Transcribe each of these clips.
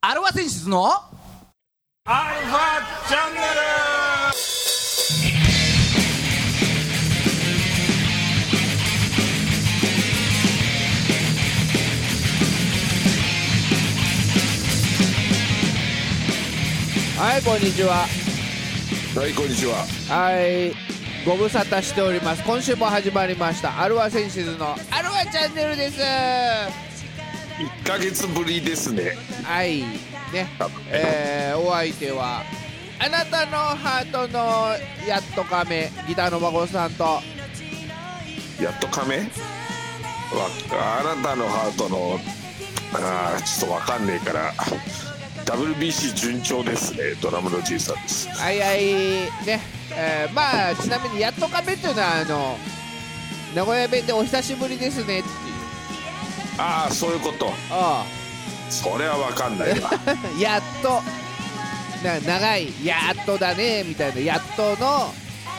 アルファ選出のアルファチャンネル。 はい、こんにちは。 はい、こんにちは。 はい、ご無沙汰しております。今週も始まりましたアルファセンシズのアルファチャンネルです。 1ヶ月ぶりですね。 はいね、お相手はあなたのハートのやっとカメギターの孫さんと、 やっと亀あなたのハートのちょっとわかんねえから WBC 順調ですね。ドラムのじいさんです。 はいはいね、まあちなみにやっとカメっていうのは名古屋弁でお久しぶりですねっていう、 ああ、そういうこと。 あそれはわかんないわ。 あやっと長いやっとだねみたいな、やっとの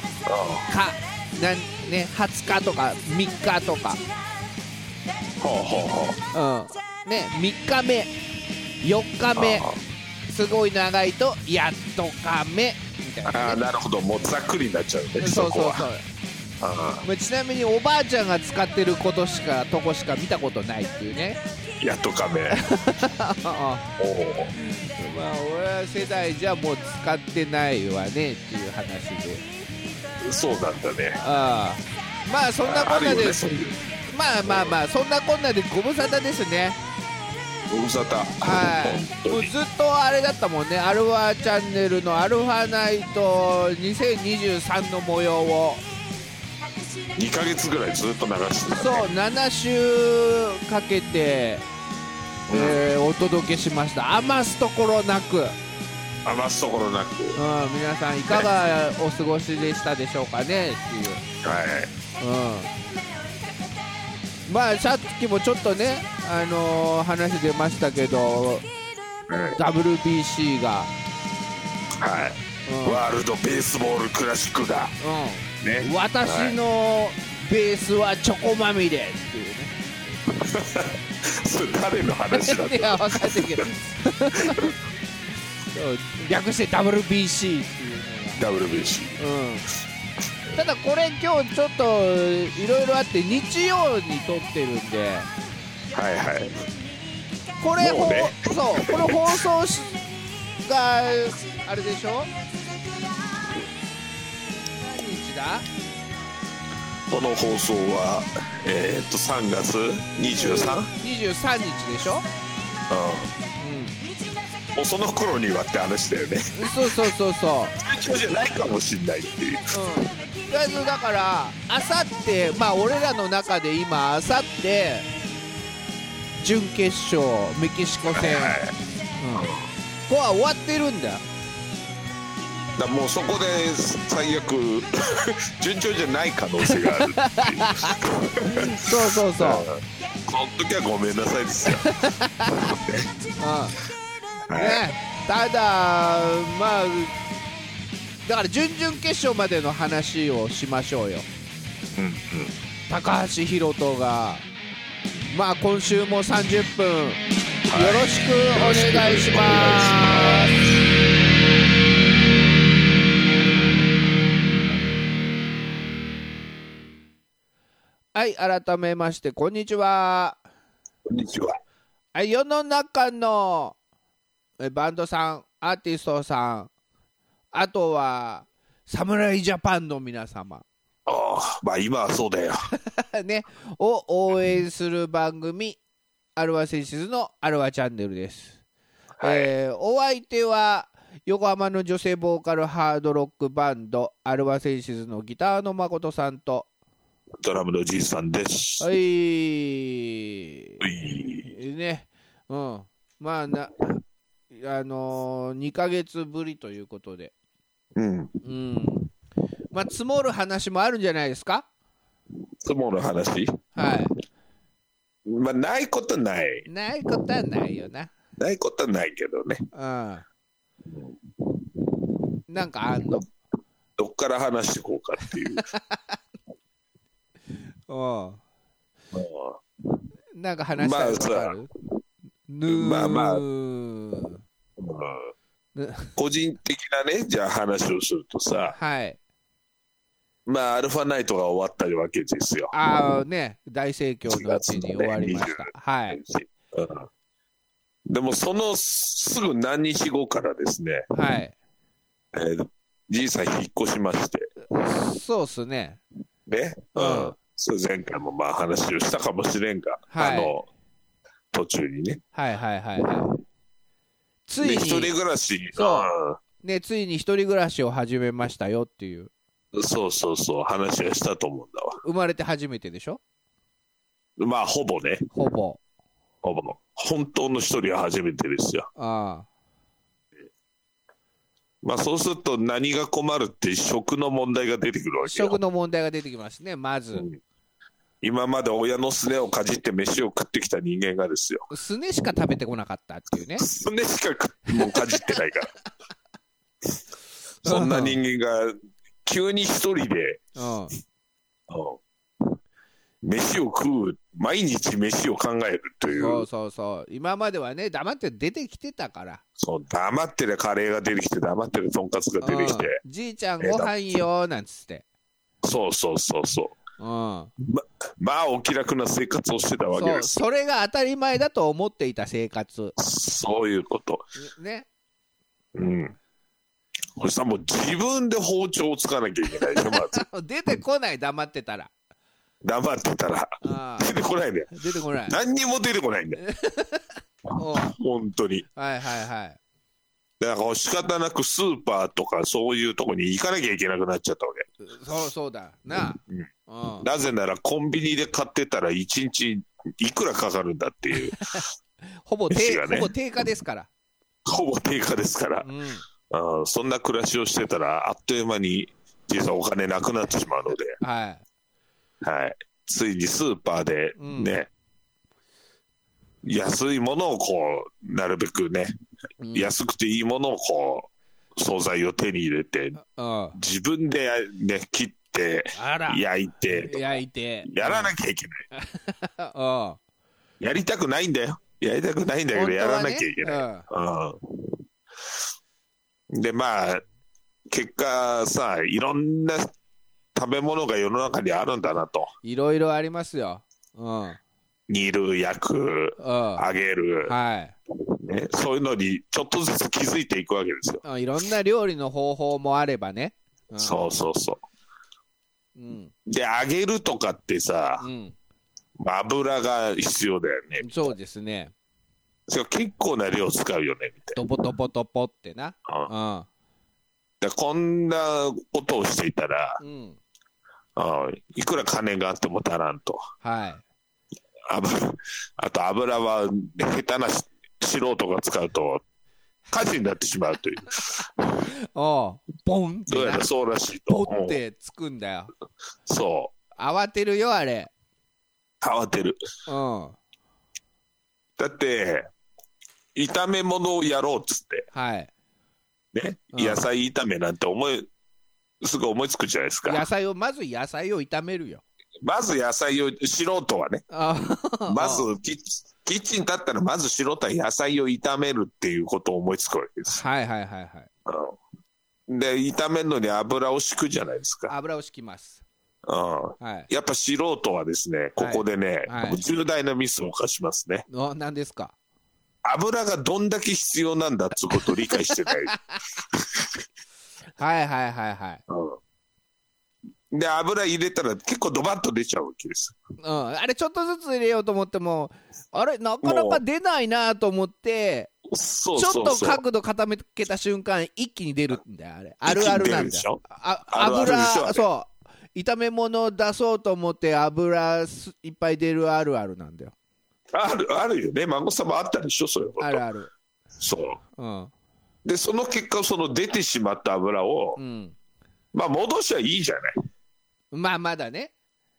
ね、20日とか3日とか、 ほうほうほう。 ね、3日目4日目すごい長いとやっとかめみたいな、ね、 ああ、なるほど。もうざっくりになっちゃうね。 そうそうそう。 あまあ、ちなみにおばあちゃんが使ってるとこしか見たことないっていうね。 やっと亀。 まあ俺は世代じゃもう使ってないわねっていう話で。 そうなんだね。 まあそんなこんなで、 ね、 まあそんなこんなでご無沙汰ですね。 ご無沙汰。 はい、もうずっとあれだったもんね。アルファチャンネルのアルファナイト2023の模様を 2ヶ月ぐらいずっと流してた、ね、 そう7週かけて、お届けしました。余すところなく、 余すところなく、 皆さんいかがお過ごしでしたでしょうかねっていう、 はい、 まあさっきもちょっとね、話出ましたけど、WBC が、 はい、ワールドベースボールクラシックが、ね、 私のベースはチョコまみれっていうね。 それ誰の話だったいや分かんないけど略して WBC っていうのが WBC、 ただこれ今日ちょっといろいろあって日曜に撮ってるんで、 はいはい、 これもうね、 そうこの放送があれでしょ、何日だ、 この放送は3月 23? 23日でしょ、 もうその頃にはって話だよね。 そうそうそうそう、 順調じゃないかもしんないっていう、 とりあえずだからあさって、まあ俺らの中で今あさって準決勝メキシコ戦、ここは終わってるんだ。 だもうそこで最悪順調じゃない可能性があるっていうそうそうそう、 その時はごめんなさいですよね、ただまあだから準々決勝までの話をしましょうよ。高橋宏斗がまあ今週も30分、よろしくお願いします。はい、改めましてこんにちは。 こんにちは。 はい、世の中のバンドさん、アーティストさん、あとは侍ジャパンの皆様、 まあ今はそうだよね、を応援する番組アルファセンシズのアルファチャンネルです。お相手は横浜の女性ボーカルハードロックバンドアルファセンシズのギターの誠さんとドラムのじいさんです。 はいね、まあ2ヶ月ぶりということで、まあ積もる話もあるんじゃないですか。 積もる話、 はい、 まあないことはない、 ないことはないよな。 ないことはないけどね。 なんかあんの、 どっから話していこうかっていうなんか話したいことある？ まあ個人的なね、じゃあ話をするとさ、 はい。 まあ、アルファナイトが終わったわけですよ。 ああね、大盛況のうちに終わりました。はい。 うん、でも、そのすぐ何日後からですね、 はい。 じいさん引っ越しまして。 そうっすね。 ね。うん。そう前回もまあ話をしたかもしれんが、 はい、 途中にね。 はいはいはいはい。ついに、 一人暮らし。 そう。ね、ついに一人暮らしを始めましたよっていう。 そうそうそう、話はしたと思うんだわ。 生まれて初めてでしょ？ まあ、ほぼね。 ほぼ。 本当の一人は初めてですよ。 ああ。 まあ、そうすると何が困るって食の問題が出てくるわけよ。 食の問題が出てきますね、まず。 今まで親のすねをかじって飯を食ってきた人間がですよ。 すねしか食べてこなかったっていうね。 すねしかもうかじってないから。そんな人間が急に一人で、飯を食う、毎日飯を考えるという。 そうそうそう。今まではね、黙って出てきてたから。 そう、黙ってるカレーが出てきて、黙ってるとんかつが出てきて。 じいちゃんご飯よなんつって。 そうそうそうそう。まあお気楽な生活をしてたわけです。 それが当たり前だと思っていた生活。 そういうこと。 ね。 うん。これさ、もう自分で包丁をつかなきゃいけないでしょ、まず。出てこない、黙ってたら。 黙ってたら。出てこないね。 出てこない。 何にも出てこないんだよ。本当に。 はいはいはい。 だから仕方なくスーパーとかそういうとこに行かなきゃいけなくなっちゃったわけ。そうだな、 なぜならコンビニで買ってたら1日いくらかかるんだっていうほぼ定価ですから。 ほぼ定価ですから、そんな暮らしをしてたらあっという間に実はお金なくなってしまうので、はい、ついにスーパーでね、安いものをこうなるべくね、安くていいものをこう惣菜を手に入れて、自分でね切って焼いてやらなきゃいけない。やりたくないんだよ。やりたくないんだけどやらなきゃいけない。でまあ結果さ、いろんな食べ物が世の中にあるんだなと。 いろいろありますよ。 煮る、焼く、揚げる、ね、そういうのにちょっとずつ気づいていくわけですよ。 いろんな料理の方法もあればね。 そうそうそう。で、揚げるとかってさ、油が必要だよね。 そうですね。 それ結構な量使うよねみたいな。 トポトポトポってな。 でこんなことをしていたら、いくら金があっても足らんと。あと油は下手な素人が使うと火事になってしまうという。 ボンってどうやらそうらしいと。 ポンってつくんだよ。 そう。 慌てるよあれ。 慌てる。だって炒め物をやろうっつって。ね、野菜炒めなんてすぐ思いつくじゃないですか。 まず野菜を炒めるよ。 まず野菜を、素人はね、まずキッチン立ったらまず素人は野菜を炒めるっていうことを思いつくわけです。で炒めるのに油を敷くじゃないですか。 油を敷きます。 やっぱ素人はですね、ここでね、重大なミスを犯しますね。 何ですか？ 油がどんだけ必要なんだってことを理解してない。で油入れたら結構ドバッと出ちゃうわけです。 あれちょっとずつ入れようと思ってもあれなかなか出ないなと思って、ちょっと角度傾けた瞬間一気に出るんだよ。あれあるあるなんだよ。油そう炒め物出そうと思って油いっぱい出るあるあるなんだよ。 あるよね。孫さんもあったでしょ、そういうこと。 あるある。 そう。でその結果、その出てしまった油を、まあ戻しゃいいじゃない。 まだね。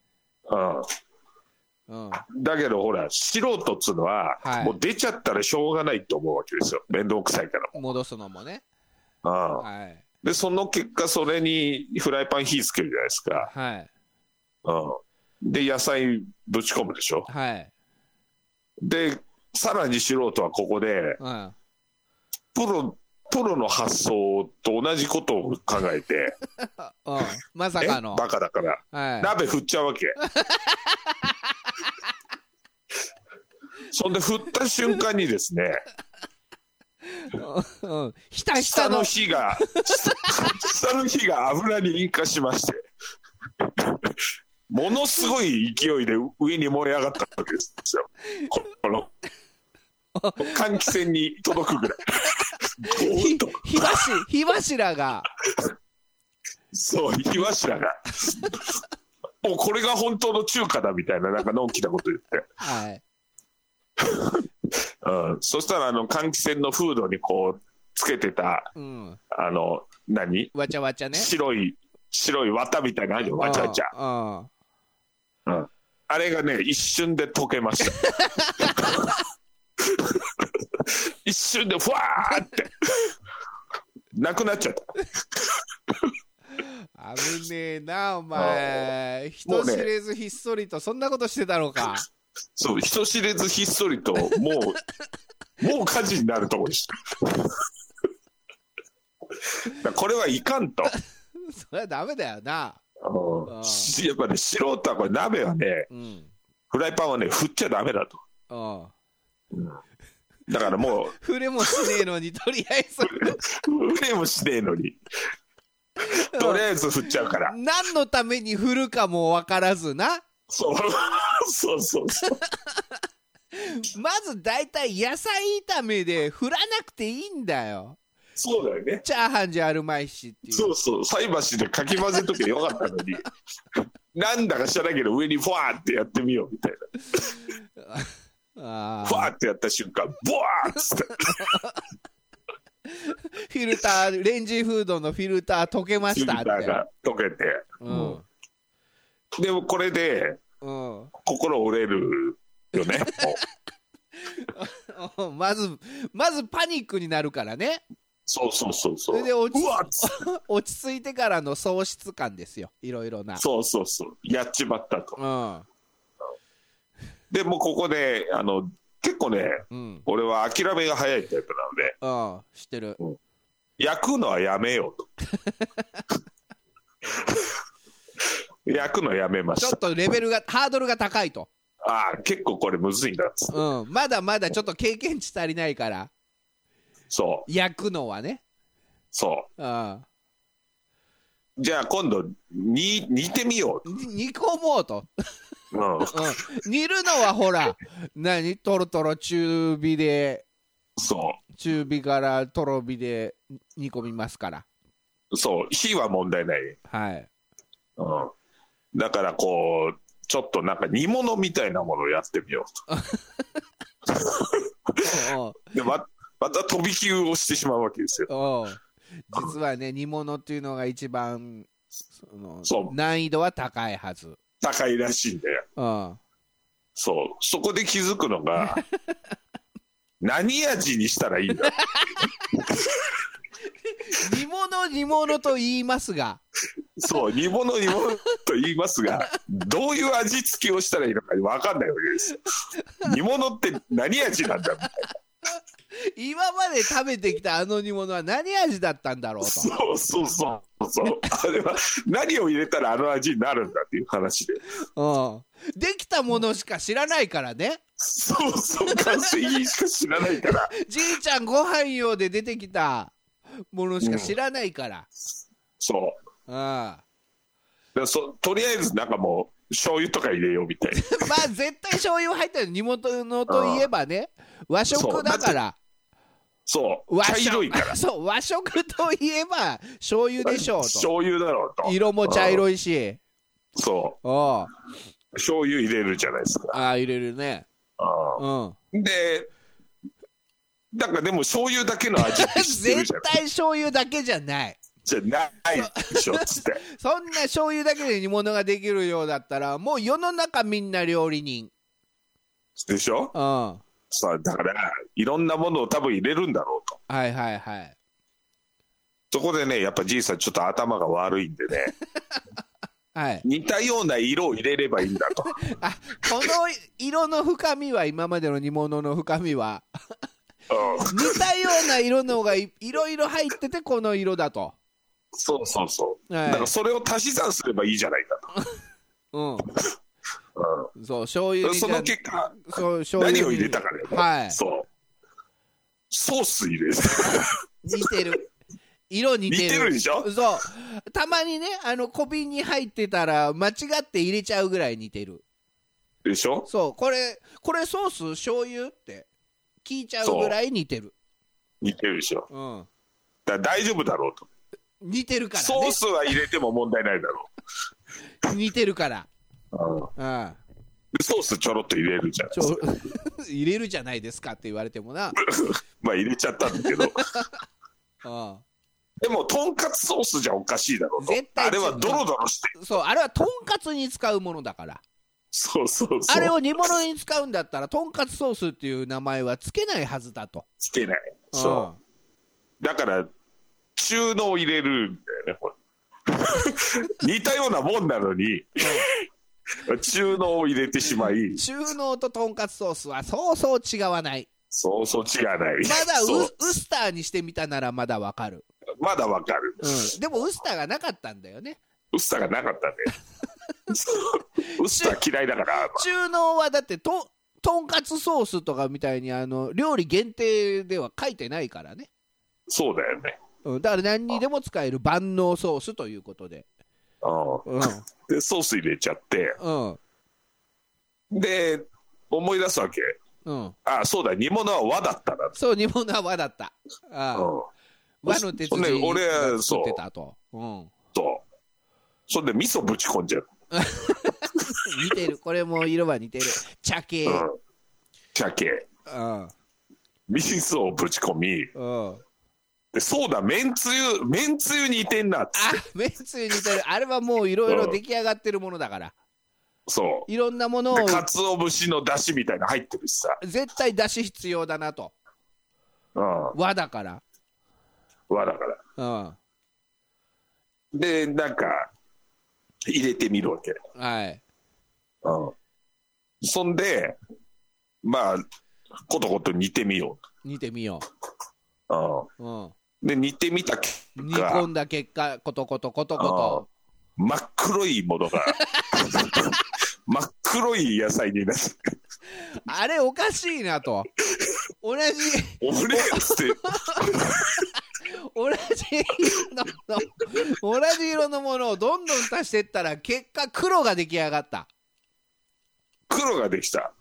だけどほら素人っつうのは、もう出ちゃったらしょうがないと思うわけですよ。面倒くさいから。 戻すのもね。でその結果それにフライパン火つけるじゃないですか。で野菜ぶち込むでしょ。でさらに素人はここで、プロプロの発想と同じことを考えてまさかのバカだから、はい、鍋振っちゃうわけそんで振った瞬間にですね下の火が油に引火しましてものすごい勢いで上に燃え上がったわけですよこの換気扇に届くぐらい火柱がそう火柱がもうこれが本当の中華だみたいななんかのんきなこと言ってはいうん、そしたら換気扇のフードにこうつけてた、うん、何わちゃわちゃね白い綿みたいなのあるよわちゃわちゃ、うん、あれがね一瞬で溶けました一瞬でふわーってなくなっちゃった危ねえなお前人知れずひっそりとそんなことしてたのかそう人知れずひっそりともう火事になるとこでしたこれはいかんとそれはダメだよな、 やっぱね素人はこれ鍋はね、うん、フライパンはね振っちゃダメだと、うん、だからもう振れもしねえのにとりあえず振れもしねえのにとりあえず振っちゃうから何のために振るかも分からずなそうまずだいたい野菜炒めで振らなくていいんだよそうだよねチャーハンじゃあるまいしっていうそう菜箸でかき混ぜとけよかったのになんだか知らないけど上にフワーってやってみようみたいなフワーってやった瞬間ボワーッつってフィルターレンジフードのフィルター溶けましたってフィルターが溶けて、うんでもこれで、うん、心折れるよねまずパニックになるからねそうそれで落ち着いてからの喪失感ですよいろいろなそうやっちまったと、うん、でもここで結構ね、うん、俺は諦めが早いタイプなので、知ってる、 うん、焼くのはやめようと焼くのやめましたちょっとハードルが高いと結構これむずいなっつって、 うん、まだまだちょっと経験値足りないからそう焼くのはねそうじゃあ今度煮てみよう煮込もうと、煮るのはほらトロトロ中火でそう中火からとろ火で煮込みますからそう火は問題ないはい、 だからこうちょっとなんか煮物みたいなものをやってみようとでまた飛び級をしてしまうわけですよ実はね煮物っていうのが一番難易度は高いはず高いらしいんだよそこで気づくのが何味にしたらいいんだ煮物と言いますがそう煮物と言いますがどういう味付けをしたらいいのか分かんないわけです煮物って何味なんだみたいな今まで食べてきたあの煮物は何味だったんだろうとそうあれは何を入れたらあの味になるんだっていう話でできたものしか知らないからねそう完成品しか知らないからじいちゃんご飯用で出てきたものしか知らないから、 そうとりあえずなんかもう醤油とか入れようみたいなまあ絶対醤油入ってる煮物のといえばね和食だから茶色いから和食といえば醤油でしょうと醤油だろうと色も茶色いし醤油入れるじゃないですか入れるねでなんかでも醤油だけの味って知ってるじゃん絶対醤油だけじゃないじゃないでしょつってそんな醤油だけで煮物ができるようだったらもう世の中みんな料理人でしょだからいろんなものを多分入れるんだろうとはいそこでねやっぱじいさんちょっと頭が悪いんでね似たような色を入れればいいんだとこの色の深みは今までの煮物の深みは似たような色のがいろいろ入っててこの色だと。 そうそうそう、 はい、 だからそれを足し算すればいいじゃないかと。 そう醤油その結果そう醤油何を入れたかね、 はい、 そうソース入れる似てる色似てるでしょ。 そうたまにね小瓶に入ってたら間違って入れちゃうぐらい似てるでしょ。 そうこれソース醤油って聞いちゃうぐらい似てる。 似てるでしょ、だから大丈夫だろうと。 似てるからね。 ソースは入れても問題ないだろう似てるから、 でソースちょろっと入れるじゃないですか入れるじゃないですかって言われてもなまあ入れちゃったんだけどでもとんかつソースじゃおかしいだろうと。 絶対あれはドロドロして、 そうあれはとんかつに使うものだから。 そうあれを煮物に使うんだったらとんかつソースっていう名前はつけないはずだと。 つけない。そうだから中濃入れるんだよねこれ似たようなもんなのに中濃を入れてしまい、 中濃ととんかつソースはそうそう違わない。 そうそう違わない。 まだウスターにしてみたならまだわかる。 まだわかる、 でもウスターがなかったんだよね。 ウスターがなかったねウスター嫌いだから中濃はだってとんかつソースとかみたいに料理限定では書いてないからね。 そうだよね、 だから何にでも使える万能ソースということで、 でソース入れちゃって、で思い出すわけ、あそうだ煮物は和だったな。 そう煮物は和だった。和の鉄人が作ってたと。 そうそれで味噌ぶち込んじゃう似てるこれも色は似てる。茶系、 茶系、味噌をぶち込み、でそうだめんつゆ似てんなっつって。 めんつゆ似てる。あれはもういろいろ出来上がってるものだから、 そういろんなものをかつお節の出汁みたいなの入ってるしさ、 絶対出汁必要だなと、和だから。 でなんか入れてみるわけ。そんでまあことこと煮てみよう。で煮てみた結果、 煮込んだ結果ことこと真っ黒いものが真っ黒い野菜になってあれおかしいなと。同じ色のものをどんどん足していったら結果黒が出来上がった。 黒ができた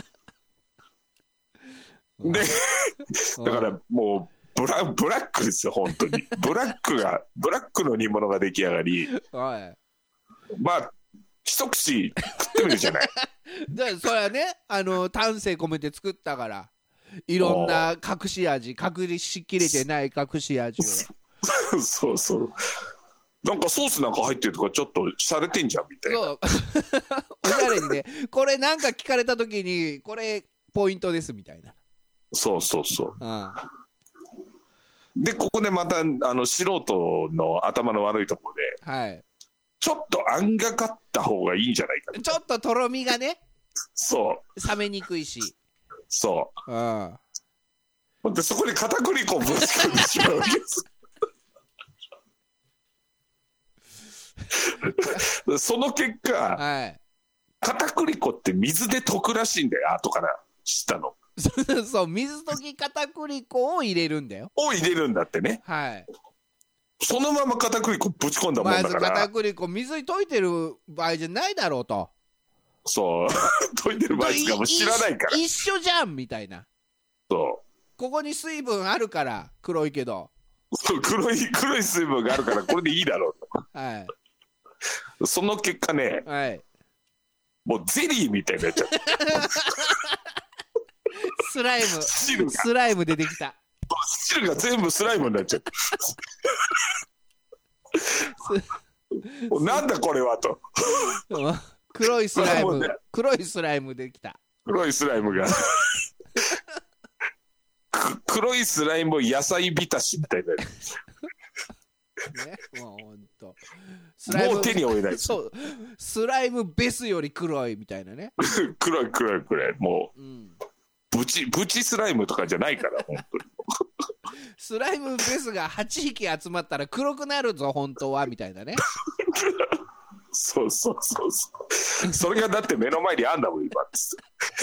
でだからもうブラックですよ本当にブラックの煮物が出来上がりまあ一口食ってみるじゃないそれはね丹精込めて作ったからいろんな隠し味隠しきれてない隠し味をそうなんかソースなんか入ってるとかちょっと洒落てんじゃんみたいな。 そうおしゃれにねこれなんか聞かれた時にこれポイントですみたいな。 そうでここでまた素人の頭の悪いところで、ちょっとあんがかった方がいいんじゃないか。 ちょっととろみがねそう冷めにくいし、 でそこに片栗粉をぶち込んでしまうわけですその結果、片栗粉って水で溶くらしいんだよ後から知ったのそう水溶き片栗粉を入れるんだよ。 入れるんだってね。そのまま片栗粉ぶち込んだもんだから、 まず片栗粉水に溶いてる場合じゃないだろうと。 そう溶いてる場合しかも知らないから一緒じゃんみたいな。ここに水分あるから黒いけど黒い水分があるからこれでいいだろうとその結果ね、もうゼリーみたいになっちゃったスライム出てきた。 汁が全部スライムになっちゃったなんだこれはと黒いスライムできた。 黒いスライムが黒いスライムを野菜浸しみたいなもうほんともう手に負えない。 そうスライムベスより黒いみたいなね黒いもう、 ブチスライムとかじゃないから本当にスライムベスが8匹集まったら黒くなるぞ本当はみたいなね。 そうそれがだって目の前にあんだもん今っつ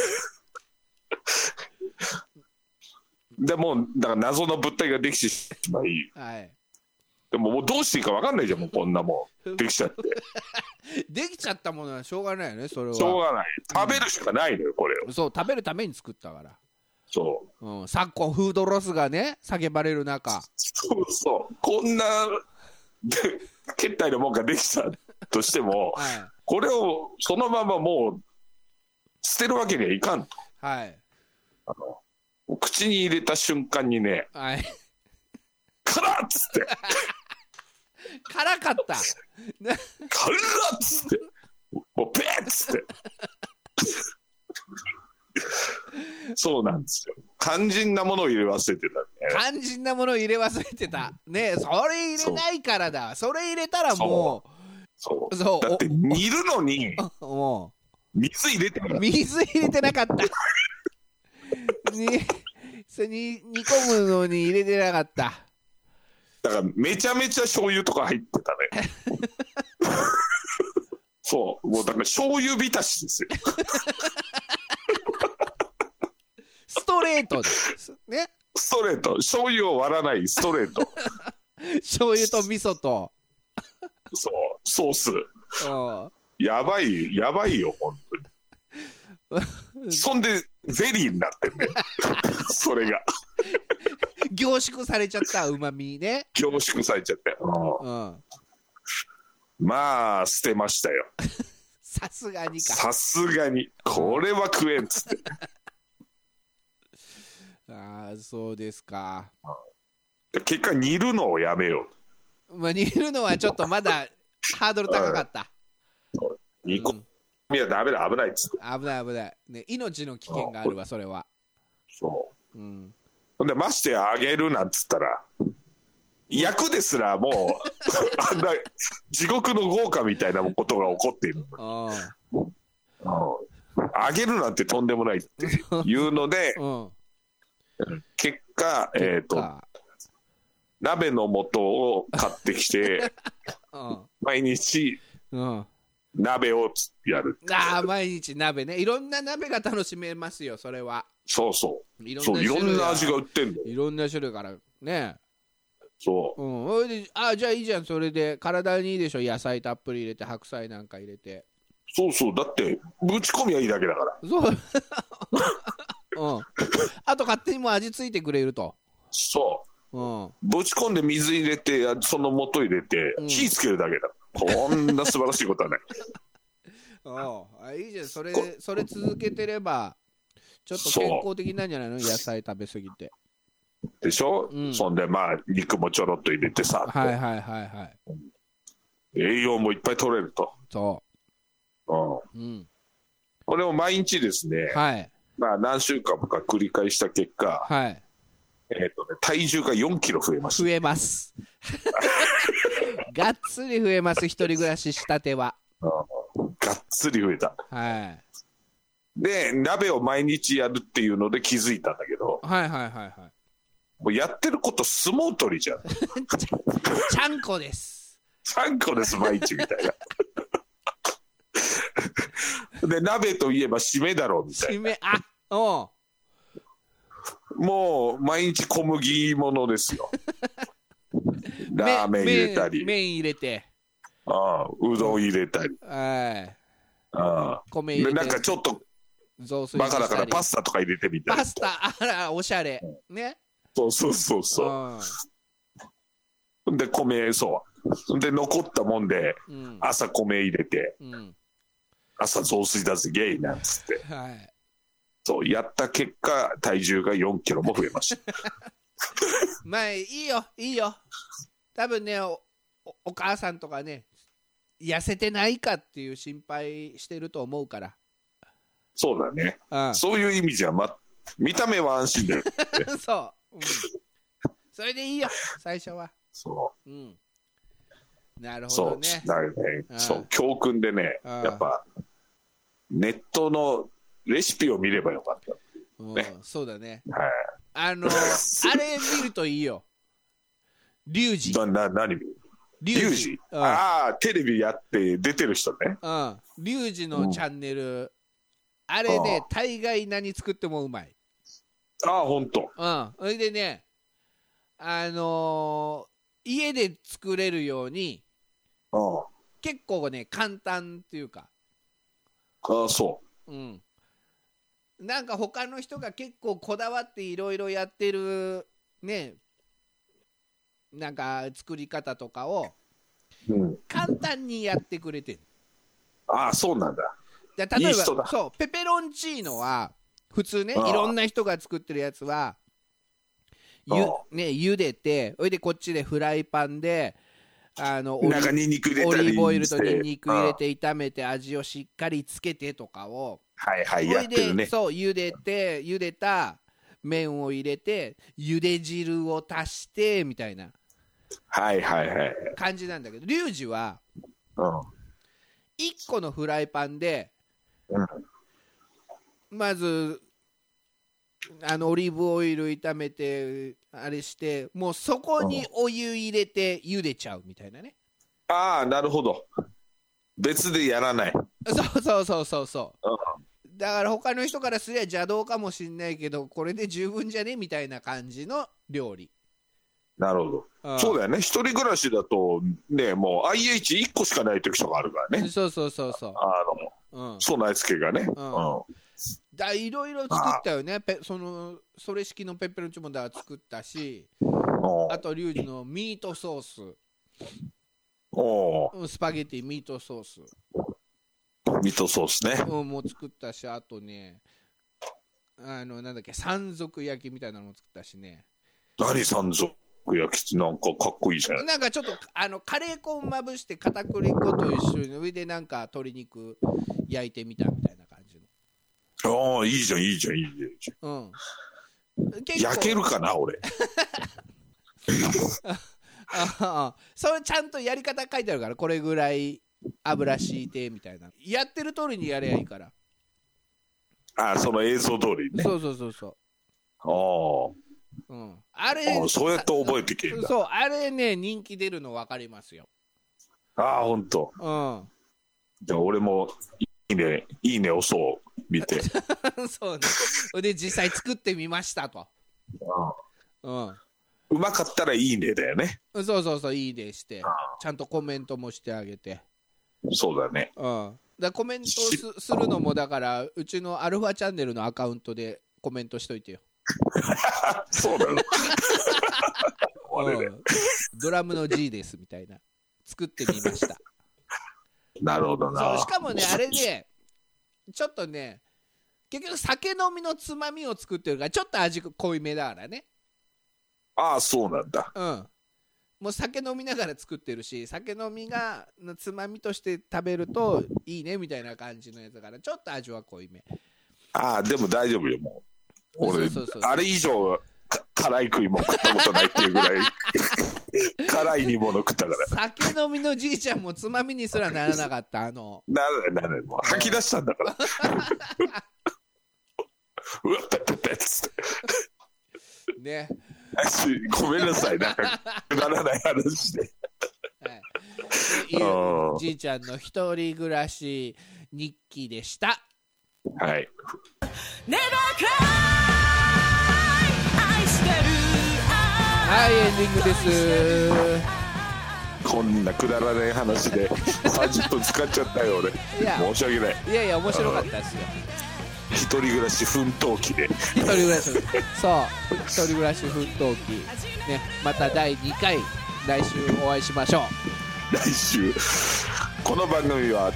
ってでもうだから謎の物体ができてしまい、 はい、 でももうどうしていいか分かんないじゃんもうこんなもんできちゃってできちゃったものはしょうがないよねそれは。 しょうがない、食べるしかないのよこれを。 そう食べるために作ったから。 そう、 うん、昨今フードロスがね叫ばれる中、 そうこんな決体のもんができたとしても、はい、これをそのままもう捨てるわけにはいかんと、 はい、 口に入れた瞬間にね、 はい、 辛っつって辛かった辛っつってもうペッつってそうなんですよ。肝心なものを入れ忘れてたね。 肝心なものを入れ忘れてたね。それ入れないからだ。それ入れたらもうそうだって煮るのにもう水入れてなかったそれ煮込むのに入れてなかった。 だからめちゃめちゃ醤油とか入ってたねそうもうだから醤油浸しですよストレートですね。 ストレート、醤油を割らないストレート醤油と味噌とそうソースやばいよ本当にそんでゼリーになってんねそれが凝縮されちゃったうまみね。 凝縮されちゃって、まあ捨てましたよさすがにか。 さすがにこれは食えんっつってああそうですか。 結果煮るのをやめよう。まあ煮るのはちょっとまだハードル高かった。 煮込みはダメだ危ないっつって。 危ないね、命の危険があるわそれは。 そう。ほんでましてや揚げるなんつったら焼くですらもうあんな地獄の豪華みたいなことが起こっている。揚げるなんてとんでもないっていうので。結果、鍋の素を買ってきて毎日、鍋をやる。 毎日鍋ね。いろんな鍋が楽しめますよそれは。 そういろんな味が売ってんの。 いろんな種類からね。 そう、 じゃあいいじゃん。それで体にいいでしょ。野菜たっぷり入れて白菜なんか入れて。 そうだってぶち込みはいいだけだからそうあと勝手にもう味付いてくれると。 そう、ぶち込んで水入れてその素入れて、火つけるだけだ。こんな素晴らしいことはないいいじゃん。それ続けてればちょっと健康的なんじゃないの。野菜食べ過ぎてでしょ、そんでまあ肉もちょろっと入れてさ、栄養もいっぱい取れると。これを毎日ですね、まあ何週間か繰り返した結果、体重が4キロ増えました。 増えますがっつり増えます。一人暮らししたてはがっつり増えた。で鍋を毎日やるっていうので気づいたんだけど、もうやってること相撲取りじゃんちゃんこです毎日みたいなで鍋といえば締めだろうみたいな。もう毎日小麦ものですよラーメン入れたり麺入れてうどん入れたり米入れてなんかちょっとバカだからパスタとか入れてみたり。 パスタおしゃれね。 そうで米で残ったもんで、朝米入れて、朝雑炊だぜゲイなんつって、そうやった結果体重が4キロも増えましたまあいいよ多分ね。お母さんとかね痩せてないかっていう心配してると思うから。 そうだね、そういう意味じゃ、見た目は安心だよそれでいいよ最初は。なるほどね。 そう教訓でね、やっぱネットのレシピを見ればよかった。 そうだね。 はい。 あれ見るといいよ。リュウジ。 何リュウジ、ああ、テレビやって出てる人ね。 リュウジのチャンネル、あれね、大概何作ってもうまい。 ああ、ほんと。 それでね、家で作れるように、結構ね、簡単っていうか。 ああ、そう。 なんか他の人が結構こだわっていろいろやってるね、なんか作り方とかを簡単にやってくれてる。 ああ、そうなんだ。 例えばいい人だ。そう、ペペロンチーノは普通ね、いろんな人が作ってるやつは茹でて、それでこっちでフライパンでオリーブオイルとニンニク入れて炒めて味をしっかりつけてとかを、 やってるね。 そう、茹でた麺を入れて茹で汁を足してみたいな感じなんだけど、リュウジは1個のフライパンでまずオリーブオイル炒めてあれして、もうそこにお湯入れて茹でちゃうみたいなね。 ああ、なるほど。別でやらない。 そうだから他の人からすりゃ邪道かもしんないけど、これで十分じゃねみたいな感じの料理。 なるほど。そうだよね。一人暮らしだとね、もう IH1 個しかない時とかあるからね。 そう備え付けがね。 いろいろ作ったよね。それ式のペッペロンチーノも作ったし、あとリュウジのミートソース、スパゲティミートソースね、もう作ったし、あとね、なんだっけ、山賊焼きみたいなのも作ったしね。 何山賊焼きって、なんかかっこいいじゃん。 なんかちょっとカレー粉をまぶして片栗粉と一緒に上でなんか鶏肉焼いてみたみたいな感じの。 ああ、いいじゃん。焼けるかな俺。 それちゃんとやり方書いてあるから、これぐらい油敷いてみたいな、やってる通りにやればいいから。 その映像通りね。 そうあれそうやって覚えてけんだ。 そうあれね、人気出るの分かりますよ。 ほんと。じゃあ俺もいいね押そう見て。 そうね。で実際作ってみましたと。 うまかったらいいねだよね。 そういいねして、ちゃんとコメントもしてあげて。 そうだね。 だコメントするのも、だからうちのアルファチャンネルのアカウントでコメントしといてよ。 そうなの。 ドラムの G ですみたいな、作ってみました。 なるほどな。 しかもね、あれね、ちょっとね、結局酒飲みのつまみを作ってるから、ちょっと味濃いめだからね。 そうなんだ。 もう酒飲みながら作ってるし、酒飲みのつまみとして食べるといいねみたいな感じのやつだから、ちょっと味は濃いめ。 でも大丈夫よ。もう俺あれ以上辛い食いも食ったことないっていうぐらい辛い煮物食ったから。 酒飲みのじいちゃんもつまみにすらならなかった。ならないもう吐き出したんだからうわっペッペッペッつってね。 ごめんなさい、なんかくだらない話で。 じいちゃんの一人暮らし日記でした。 はい。 はい、エンディングです。 こんなくだらない話で30分使っちゃったよ俺。申し訳ない。 いや面白かったですよ。 一人暮らし奮闘記で。 一人暮らし、そう一人暮らし奮闘記ね。また第2回来週お会いしましょう。来週。この番組は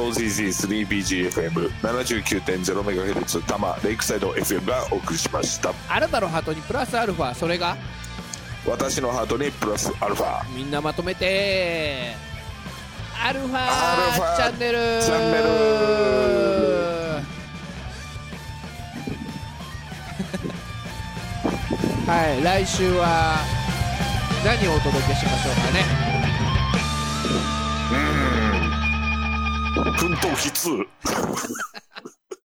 JOZZ3BGFM79.0MHz 多摩レイクサイド FM がお送りしました。 あなたのハートにプラスアルファ、それが私のハートにプラスアルファ。 みんなまとめてアルファチャンネル。はい、来週は何をお届けしましょうかね。 奮闘記2